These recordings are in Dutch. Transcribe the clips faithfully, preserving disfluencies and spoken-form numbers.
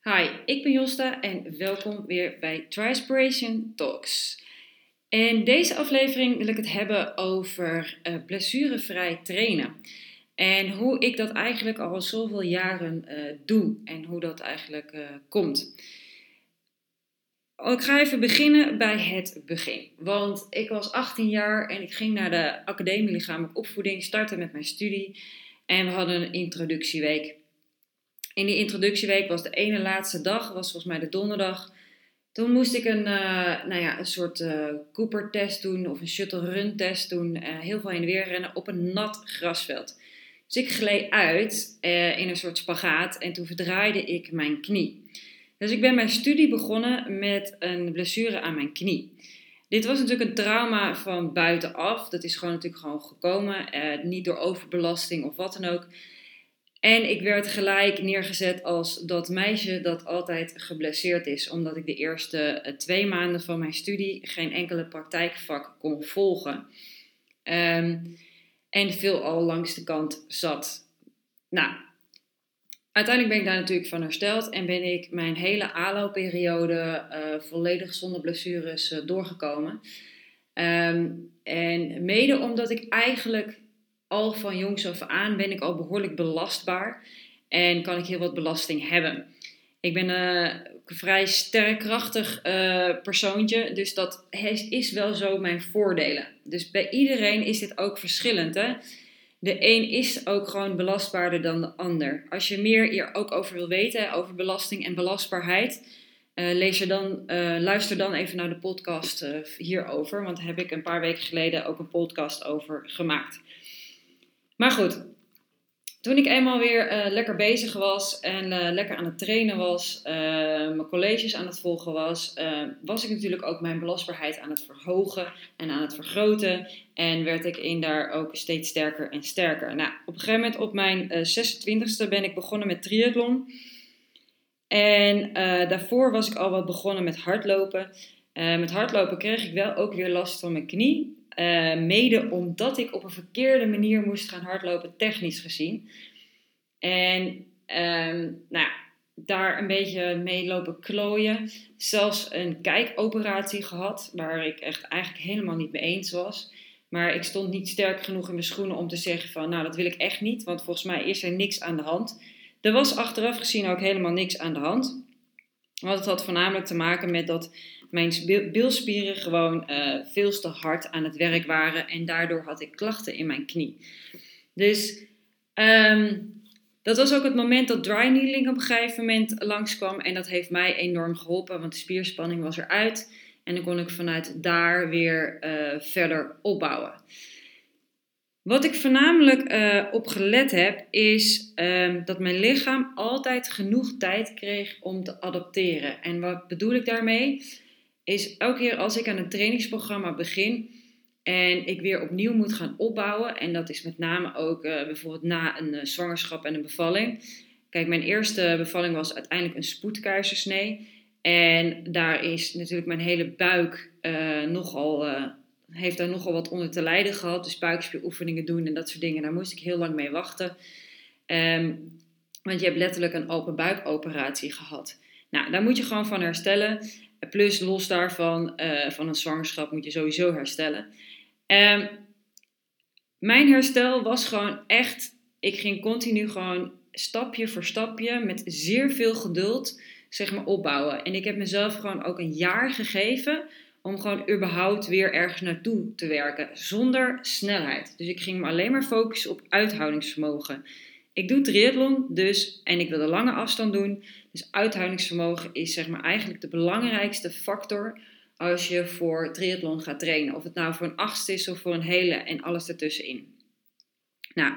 Hi, ik ben Josta en welkom weer bij Trispiration Talks. In deze aflevering wil ik het hebben over uh, blessurevrij trainen. En hoe ik dat eigenlijk al zoveel jaren uh, doe en hoe dat eigenlijk uh, komt. Ik ga even beginnen bij het begin. Want ik was achttien jaar en ik ging naar de Academie Lichamelijke Opvoeding, starten met mijn studie. En we hadden een introductieweek. In die introductieweek was de ene laatste dag, was volgens mij de donderdag. Toen moest ik een, uh, nou ja, een soort uh, Cooper-test doen of een shuttle-run-test doen. Uh, heel veel heen en weer rennen op een nat grasveld. Dus ik gleed uit uh, in een soort spagaat en toen verdraaide ik mijn knie. Dus ik ben mijn studie begonnen met een blessure aan mijn knie. Dit was natuurlijk een trauma van buitenaf. Dat is gewoon natuurlijk gewoon gekomen. Uh, niet door overbelasting of wat dan ook. En ik werd gelijk neergezet als dat meisje dat altijd geblesseerd is. Omdat ik de eerste uh, twee maanden van mijn studie geen enkele praktijkvak kon volgen. Um, en veel al langs de kant zat. Nou, uiteindelijk ben ik daar natuurlijk van hersteld. En ben ik mijn hele A L O-periode uh, volledig zonder blessures uh, doorgekomen. Um, en mede omdat ik eigenlijk... al van jongs af aan ben ik al behoorlijk belastbaar en kan ik heel wat belasting hebben. Ik ben uh, een vrij sterkkrachtig uh, persoontje, dus dat is wel zo mijn voordelen. Dus bij iedereen is dit ook verschillend, hè? De een is ook gewoon belastbaarder dan de ander. Als je meer hier ook over wil weten, over belasting en belastbaarheid, uh, lees er dan, uh, luister dan even naar de podcast uh, hierover, want daar heb ik een paar weken geleden ook een podcast over gemaakt. Maar goed, toen ik eenmaal weer uh, lekker bezig was en uh, lekker aan het trainen was, uh, mijn colleges aan het volgen was, uh, was ik natuurlijk ook mijn belastbaarheid aan het verhogen en aan het vergroten. En werd ik in daar ook steeds sterker en sterker. Nou, op een gegeven moment op mijn uh, zesentwintigste ben ik begonnen met triathlon. En uh, daarvoor was ik al wat begonnen met hardlopen. Uh, met hardlopen kreeg ik wel ook weer last van mijn knie. Uh, mede omdat ik op een verkeerde manier moest gaan hardlopen, technisch gezien. En um, nou ja, daar een beetje mee lopen klooien. Zelfs een kijkoperatie gehad, waar ik echt eigenlijk helemaal niet mee eens was. Maar ik stond niet sterk genoeg in mijn schoenen om te zeggen van, nou dat wil ik echt niet, want volgens mij is er niks aan de hand. Er was achteraf gezien ook helemaal niks aan de hand. Want het had voornamelijk te maken met dat mijn bilspieren gewoon uh, veel te hard aan het werk waren. En daardoor had ik klachten in mijn knie. Dus um, dat was ook het moment dat dry needling op een gegeven moment langskwam. En dat heeft mij enorm geholpen, want de spierspanning was eruit. En dan kon ik vanuit daar weer uh, verder opbouwen. Wat ik voornamelijk uh, op gelet heb, is uh, dat mijn lichaam altijd genoeg tijd kreeg om te adapteren. En wat bedoel ik daarmee? Is elke keer als ik aan een trainingsprogramma begin en ik weer opnieuw moet gaan opbouwen. En dat is met name ook uh, bijvoorbeeld na een uh, zwangerschap en een bevalling. Kijk, mijn eerste bevalling was uiteindelijk een spoedkeizersnee. En daar is natuurlijk mijn hele buik uh, nogal... Uh, heeft daar nogal wat onder te lijden gehad. Dus buikspieroefeningen doen en dat soort dingen. Daar moest ik heel lang mee wachten. Um, want je hebt letterlijk een open buikoperatie gehad. Nou, daar moet je gewoon van herstellen. Plus los daarvan, uh, van een zwangerschap moet je sowieso herstellen. Um, mijn herstel was gewoon echt... Ik ging continu gewoon stapje voor stapje met zeer veel geduld zeg maar opbouwen. En ik heb mezelf gewoon ook een jaar gegeven om gewoon überhaupt weer ergens naartoe te werken. Zonder snelheid. Dus ik ging me alleen maar focussen op uithoudingsvermogen. Ik doe triathlon dus en ik wil de lange afstand doen. Dus uithoudingsvermogen is zeg maar eigenlijk de belangrijkste factor als je voor triathlon gaat trainen. Of het nou voor een achtste is of voor een hele en alles ertussenin. Nou,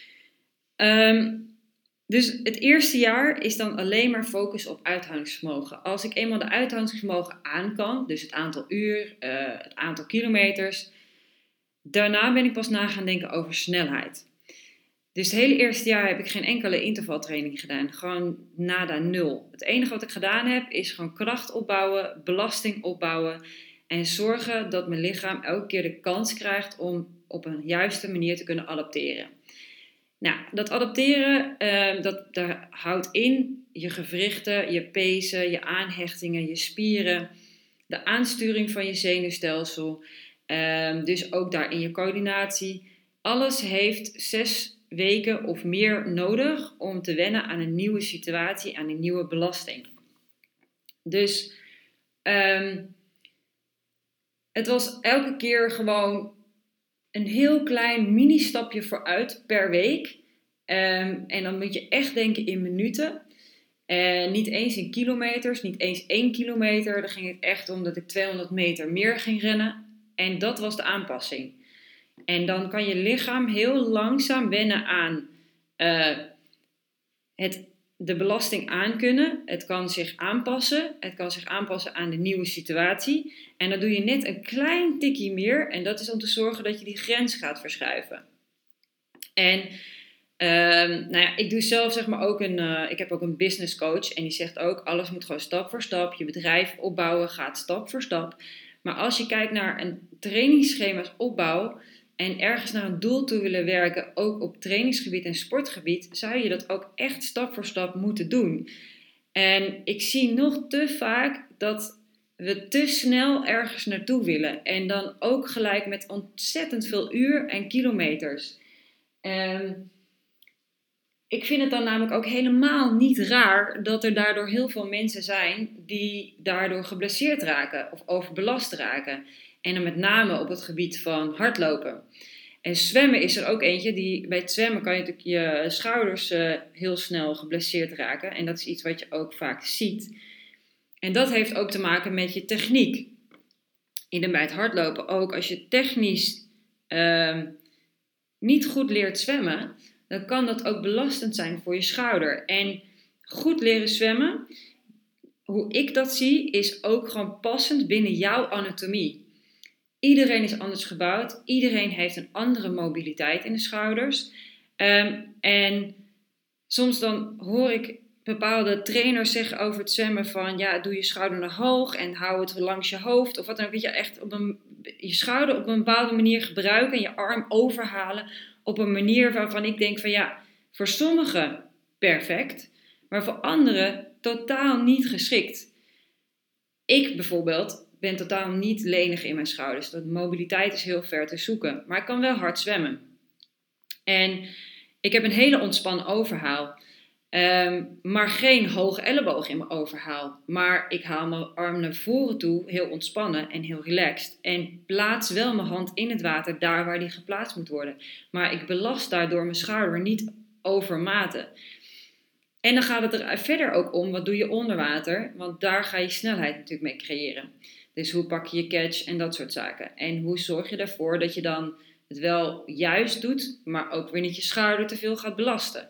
um, dus het eerste jaar is dan alleen maar focus op uithoudingsvermogen. Als ik eenmaal de uithoudingsvermogen aan kan, dus het aantal uur, uh, het aantal kilometers, daarna ben ik pas na gaan denken over snelheid. Dus het hele eerste jaar heb ik geen enkele intervaltraining gedaan. Gewoon nada nul. Het enige wat ik gedaan heb is gewoon kracht opbouwen, belasting opbouwen en zorgen dat mijn lichaam elke keer de kans krijgt om op een juiste manier te kunnen adapteren. Nou, dat adapteren, uh, dat, dat houdt in je gewrichten, je pezen, je aanhechtingen, je spieren, de aansturing van je zenuwstelsel, uh, dus ook daarin je coördinatie. Alles heeft zes weken of meer nodig om te wennen aan een nieuwe situatie, aan een nieuwe belasting. Dus um, het was elke keer gewoon een heel klein mini-stapje vooruit per week. Um, en dan moet je echt denken in minuten. Uh, niet eens in kilometers, niet eens één kilometer. Dan ging het echt om dat ik tweehonderd meter meer ging rennen. En dat was de aanpassing. En dan kan je lichaam heel langzaam wennen aan uh, het, de belasting aankunnen. Het kan zich aanpassen. Het kan zich aanpassen aan de nieuwe situatie. En dan doe je net een klein tikje meer. En dat is om te zorgen dat je die grens gaat verschuiven. En um, nou ja, ik doe zelf zeg maar ook een, uh, ik heb ook een business coach. En die zegt ook, alles moet gewoon stap voor stap. Je bedrijf opbouwen gaat stap voor stap. Maar als je kijkt naar een trainingsschema's opbouw en ergens naar een doel toe willen werken, ook op trainingsgebied en sportgebied, zou je dat ook echt stap voor stap moeten doen. En ik zie nog te vaak dat we te snel ergens naartoe willen. En dan ook gelijk met ontzettend veel uur en kilometers. Um, ik vind het dan namelijk ook helemaal niet raar dat er daardoor heel veel mensen zijn die daardoor geblesseerd raken of overbelast raken. En dan met name op het gebied van hardlopen. En zwemmen is er ook eentje. Die, bij het zwemmen kan je natuurlijk je schouders uh, heel snel geblesseerd raken. En dat is iets wat je ook vaak ziet. En dat heeft ook te maken met je techniek. En bij het hardlopen ook. Als je technisch uh, niet goed leert zwemmen, dan kan dat ook belastend zijn voor je schouder. En goed leren zwemmen, hoe ik dat zie, is ook gewoon passend binnen jouw anatomie. Iedereen is anders gebouwd. Iedereen heeft een andere mobiliteit in de schouders. Um, en soms dan hoor ik bepaalde trainers zeggen over het zwemmen van, ja, doe je schouder naar hoog en hou het langs je hoofd. Of wat dan ook, weet je, echt op een, je schouder op een bepaalde manier gebruiken en je arm overhalen op een manier waarvan ik denk van, ja, voor sommigen perfect, maar voor anderen totaal niet geschikt. Ik bijvoorbeeld ben totaal niet lenig in mijn schouders. De mobiliteit is heel ver te zoeken. Maar ik kan wel hard zwemmen. En ik heb een hele ontspannen overhaal. Um, maar geen hoge elleboog in mijn overhaal. Maar ik haal mijn arm naar voren toe heel ontspannen en heel relaxed. En plaats wel mijn hand in het water daar waar die geplaatst moet worden. Maar ik belast daardoor mijn schouder niet overmate. En dan gaat het er verder ook om, wat doe je onder water? Want daar ga je snelheid natuurlijk mee creëren. Dus hoe pak je je catch en dat soort zaken. En hoe zorg je ervoor dat je dan het wel juist doet, maar ook weer niet je schouder te veel gaat belasten.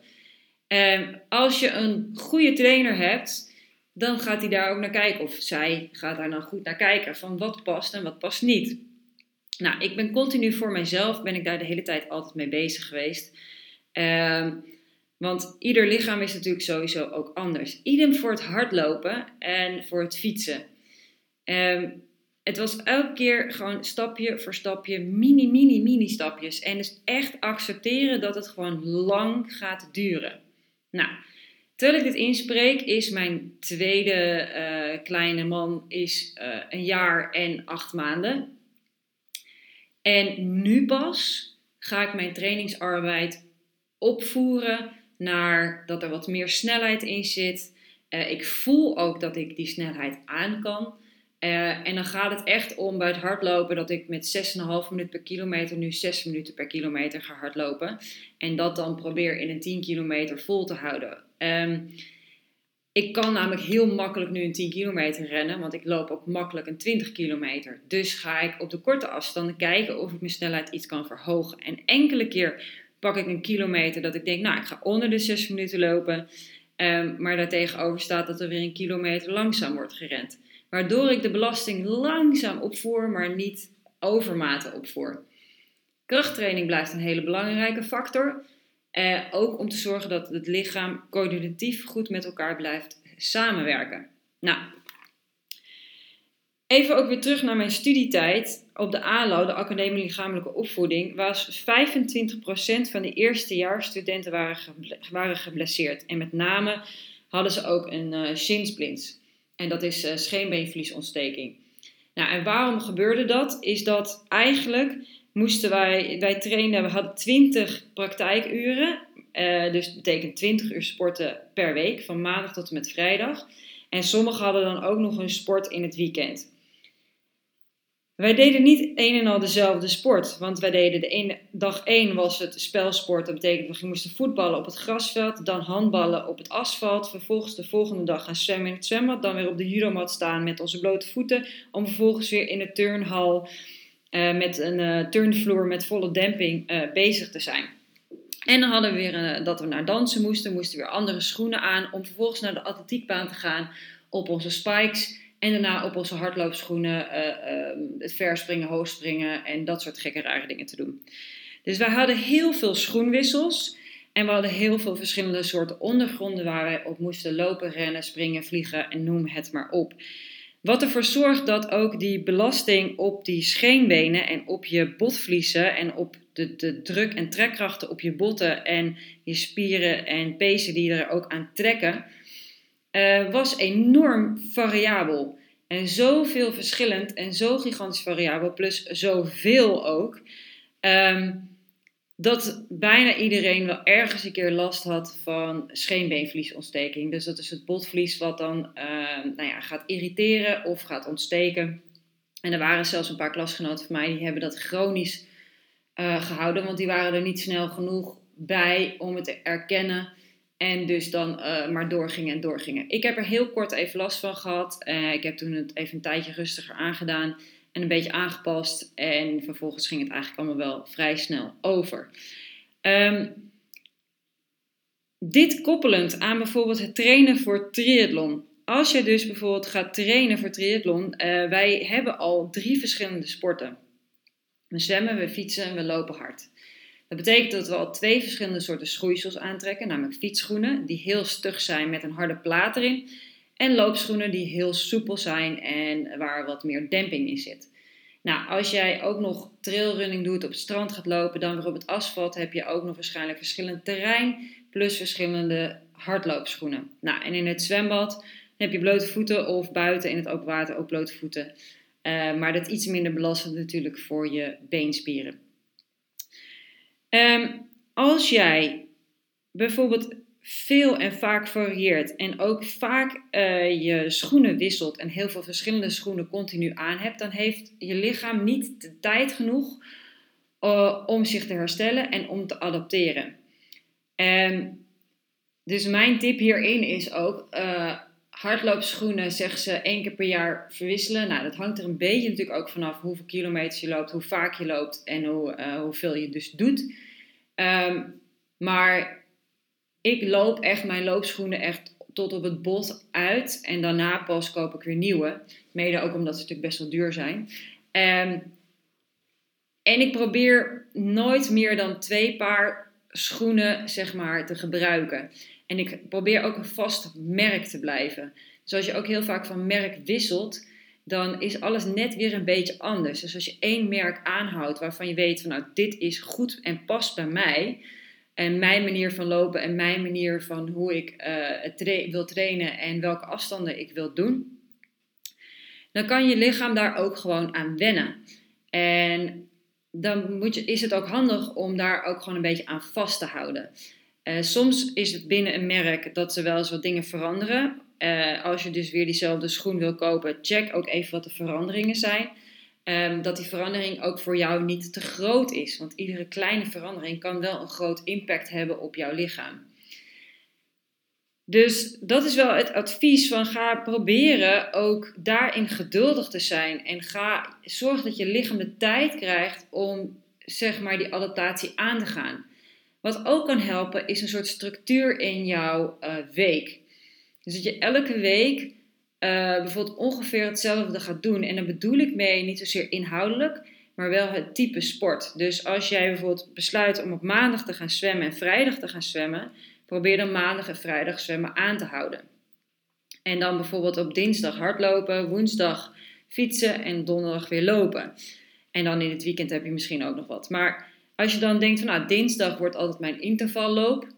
En als je een goede trainer hebt, dan gaat hij daar ook naar kijken. Of zij gaat daar dan goed naar kijken van wat past en wat past niet. Nou, ik ben continu voor mijzelf, ben ik daar de hele tijd altijd mee bezig geweest. Um, Want ieder lichaam is natuurlijk sowieso ook anders. Idem voor het hardlopen en voor het fietsen. Um, het was elke keer gewoon stapje voor stapje, mini, mini, mini stapjes. En dus echt accepteren dat het gewoon lang gaat duren. Nou, terwijl ik dit inspreek is mijn tweede uh, kleine man is, uh, een jaar en acht maanden. En nu pas ga ik mijn trainingsarbeid opvoeren naar dat er wat meer snelheid in zit. Uh, ik voel ook dat ik die snelheid aan kan. Uh, en dan gaat het echt om bij het hardlopen dat ik met zes komma vijf minuten per kilometer nu zes minuten per kilometer ga hardlopen. En dat dan probeer in een tien kilometer vol te houden. Um, ik kan namelijk heel makkelijk nu een tien kilometer rennen, want ik loop ook makkelijk een twintig kilometer. Dus ga ik op de korte afstanden kijken of ik mijn snelheid iets kan verhogen. En enkele keer pak ik een kilometer dat ik denk, nou, ik ga onder de zes minuten lopen. Um, maar daartegenover staat dat er weer een kilometer langzaam wordt gerend. Waardoor ik de belasting langzaam opvoer, maar niet overmate opvoer. Krachttraining blijft een hele belangrijke factor. Uh, ook om te zorgen dat het lichaam coördinatief goed met elkaar blijft samenwerken. Nou, Even ook weer terug naar mijn studietijd. Op de A L O, de Academie Lichamelijke Opvoeding, was vijfentwintig procent van de eerstejaarsstudenten waren, geble- waren geblesseerd. En met name hadden ze ook een uh, shinsplints. En dat is uh, scheenbeenvliesontsteking. Nou, en waarom gebeurde dat? Is dat eigenlijk moesten wij, wij trainen, we hadden twintig praktijkuren. Uh, dus dat betekent twintig uur sporten per week, van maandag tot en met vrijdag. En sommigen hadden dan ook nog een sport in het weekend. Wij deden niet een en al dezelfde sport, want wij deden de ene, dag één was het spelsport, dat betekent we moesten voetballen op het grasveld, dan handballen op het asfalt, vervolgens de volgende dag gaan zwemmen in het zwembad, dan weer op de judomat staan met onze blote voeten, om vervolgens weer in de turnhal uh, met een uh, turnvloer met volle demping uh, bezig te zijn. En dan hadden we weer uh, dat we naar dansen moesten, moesten weer andere schoenen aan, om vervolgens naar de atletiekbaan te gaan op onze spikes. En daarna op onze hardloopschoenen uh, uh, het verspringen, hoogspringen en dat soort gekke rare dingen te doen. Dus wij hadden heel veel schoenwissels. En we hadden heel veel verschillende soorten ondergronden waar wij op moesten lopen, rennen, springen, vliegen en noem het maar op. Wat ervoor zorgt dat ook die belasting op die scheenbenen en op je botvliezen en op de, de druk en trekkrachten op je botten en je spieren en pezen die er ook aan trekken, Uh, was enorm variabel. En zoveel verschillend en zo gigantisch variabel, plus zoveel ook, um, dat bijna iedereen wel ergens een keer last had van scheenbeenvliesontsteking. Dus dat is het botvlies wat dan uh, nou ja, gaat irriteren of gaat ontsteken. En er waren zelfs een paar klasgenoten van mij die hebben dat chronisch uh, gehouden, want die waren er niet snel genoeg bij om het te erkennen. En dus dan uh, maar doorgingen en doorgingen. Ik heb er heel kort even last van gehad. Uh, ik heb toen het even een tijdje rustiger aangedaan. En een beetje aangepast. En vervolgens ging het eigenlijk allemaal wel vrij snel over. Um, dit koppelend aan bijvoorbeeld het trainen voor triathlon. Als je dus bijvoorbeeld gaat trainen voor triathlon. Uh, wij hebben al drie verschillende sporten. We zwemmen, we fietsen en we lopen hard. Dat betekent dat we al twee verschillende soorten schoeisels aantrekken, namelijk fietsschoenen die heel stug zijn met een harde plaat erin en loopschoenen die heel soepel zijn en waar wat meer demping in zit. Nou, als jij ook nog trailrunning doet, op het strand gaat lopen, dan weer op het asfalt, heb je ook nog waarschijnlijk verschillend terrein plus verschillende hardloopschoenen. Nou, en in het zwembad heb je blote voeten of buiten in het open water ook blote voeten. Uh, maar dat is iets minder belastend natuurlijk voor je beenspieren. Um, als jij bijvoorbeeld veel en vaak varieert en ook vaak uh, je schoenen wisselt en heel veel verschillende schoenen continu aan hebt, dan heeft je lichaam niet de tijd genoeg uh, om zich te herstellen en om te adapteren. Um, dus mijn tip hierin is ook, uh, hardloopschoenen zeggen ze één keer per jaar verwisselen. Nou, dat hangt er een beetje natuurlijk ook vanaf hoeveel kilometers je loopt, hoe vaak je loopt en hoe, uh, hoeveel je dus doet. Um, maar ik loop echt mijn loopschoenen echt tot op het bot uit. En daarna pas koop ik weer nieuwe. Mede ook omdat ze natuurlijk best wel duur zijn. Um, en ik probeer nooit meer dan twee paar schoenen, zeg maar, te gebruiken. En ik probeer ook een vast merk te blijven. Dus als je ook heel vaak van merk wisselt, dan is alles net weer een beetje anders. Dus als je één merk aanhoudt waarvan je weet van nou, dit is goed en past bij mij. En mijn manier van lopen en mijn manier van hoe ik uh, tra- wil trainen en welke afstanden ik wil doen. Dan kan je lichaam daar ook gewoon aan wennen. En dan moet je, is het ook handig om daar ook gewoon een beetje aan vast te houden. Uh, soms is het binnen een merk dat ze wel eens wat dingen veranderen. Uh, als je dus weer diezelfde schoen wil kopen, check ook even wat de veranderingen zijn. Um, dat die verandering ook voor jou niet te groot is. Want iedere kleine verandering kan wel een groot impact hebben op jouw lichaam. Dus dat is wel het advies van ga proberen ook daarin geduldig te zijn. En ga zorg dat je lichaam de tijd krijgt om zeg maar die adaptatie aan te gaan. Wat ook kan helpen is een soort structuur in jouw uh, week. Dus dat je elke week uh, bijvoorbeeld ongeveer hetzelfde gaat doen. En daar bedoel ik mee niet zozeer inhoudelijk, maar wel het type sport. Dus als jij bijvoorbeeld besluit om op maandag te gaan zwemmen en vrijdag te gaan zwemmen, probeer dan maandag en vrijdag zwemmen aan te houden. En dan bijvoorbeeld op dinsdag hardlopen, woensdag fietsen en donderdag weer lopen. En dan in het weekend heb je misschien ook nog wat. Maar als je dan denkt van nou, dinsdag wordt altijd mijn intervalloop.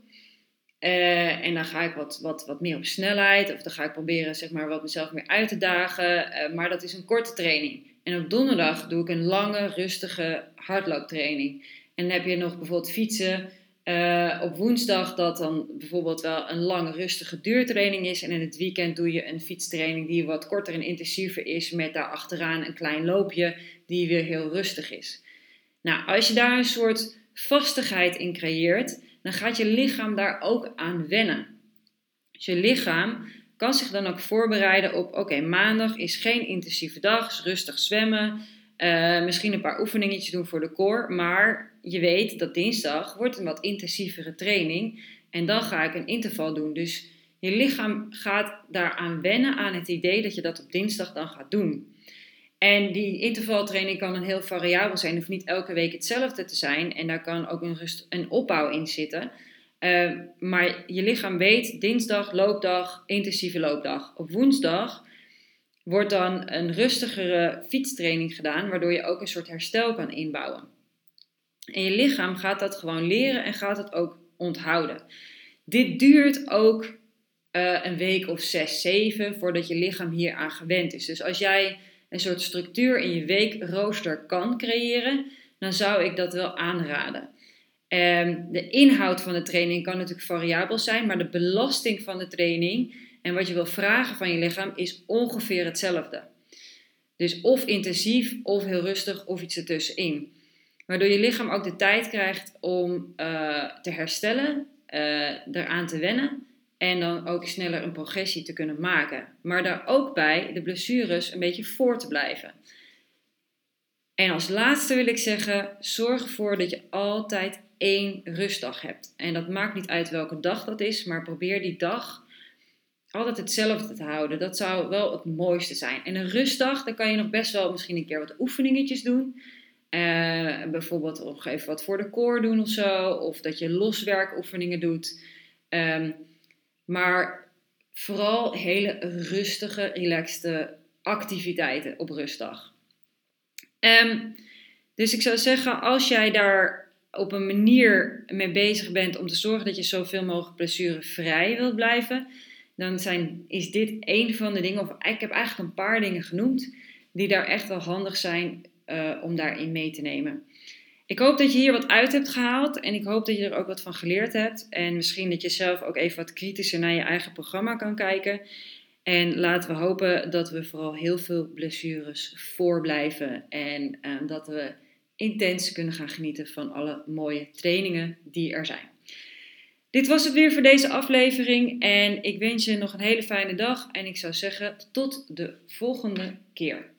Uh, en dan ga ik wat, wat, wat meer op snelheid. Of dan ga ik proberen zeg maar, wat mezelf meer uit te dagen. Uh, maar dat is een korte training. En op donderdag doe ik een lange, rustige hardlooptraining. En dan heb je nog bijvoorbeeld fietsen. Uh, op woensdag dat dan bijvoorbeeld wel een lange, rustige duurtraining is. En in het weekend doe je een fietstraining die wat korter en intensiever is. Met daarachteraan een klein loopje die weer heel rustig is. Nou, als je daar een soort vastigheid in creëert, dan gaat je lichaam daar ook aan wennen. Dus je lichaam kan zich dan ook voorbereiden op, oké, okay, maandag is geen intensieve dag, is rustig zwemmen, uh, misschien een paar oefeningetjes doen voor de core, maar je weet dat dinsdag wordt een wat intensievere training en dan ga ik een interval doen. Dus je lichaam gaat daaraan wennen aan het idee dat je dat op dinsdag dan gaat doen. En die intervaltraining kan dan heel variabel zijn. Het hoeft niet elke week hetzelfde te zijn. En daar kan ook een, rust, een opbouw in zitten. Uh, maar je lichaam weet, dinsdag, loopdag, intensieve loopdag. Op woensdag wordt dan een rustigere fietstraining gedaan. Waardoor je ook een soort herstel kan inbouwen. En je lichaam gaat dat gewoon leren en gaat het ook onthouden. Dit duurt ook uh, een week of zes, zeven voordat je lichaam hier aan gewend is. Dus als jij een soort structuur in je weekrooster kan creëren, dan zou ik dat wel aanraden. Um, de inhoud van de training kan natuurlijk variabel zijn, maar de belasting van de training en wat je wil vragen van je lichaam is ongeveer hetzelfde. Dus of intensief, of heel rustig, of iets ertussenin. Waardoor je lichaam ook de tijd krijgt om uh, te herstellen, uh, eraan te wennen. En dan ook sneller een progressie te kunnen maken. Maar daar ook bij de blessures een beetje voor te blijven. En als laatste wil ik zeggen, zorg ervoor dat je altijd één rustdag hebt. En dat maakt niet uit welke dag dat is, maar probeer die dag altijd hetzelfde te houden. Dat zou wel het mooiste zijn. En een rustdag, dan kan je nog best wel misschien een keer wat oefeningetjes doen. Uh, bijvoorbeeld nog even wat voor de core doen of zo. Of dat je loswerkoefeningen doet. Um, Maar vooral hele rustige, relaxte activiteiten op rustdag. Um, dus ik zou zeggen, als jij daar op een manier mee bezig bent om te zorgen dat je zoveel mogelijk blessurevrij wilt blijven, dan zijn, is dit een van de dingen, of ik heb eigenlijk een paar dingen genoemd, die daar echt wel handig zijn uh, om daarin mee te nemen. Ik hoop dat je hier wat uit hebt gehaald en ik hoop dat je er ook wat van geleerd hebt. En misschien dat je zelf ook even wat kritischer naar je eigen programma kan kijken. En laten we hopen dat we vooral heel veel blessures voorblijven. En uh, dat we intens kunnen gaan genieten van alle mooie trainingen die er zijn. Dit was het weer voor deze aflevering. En ik wens je nog een hele fijne dag. En ik zou zeggen tot de volgende keer.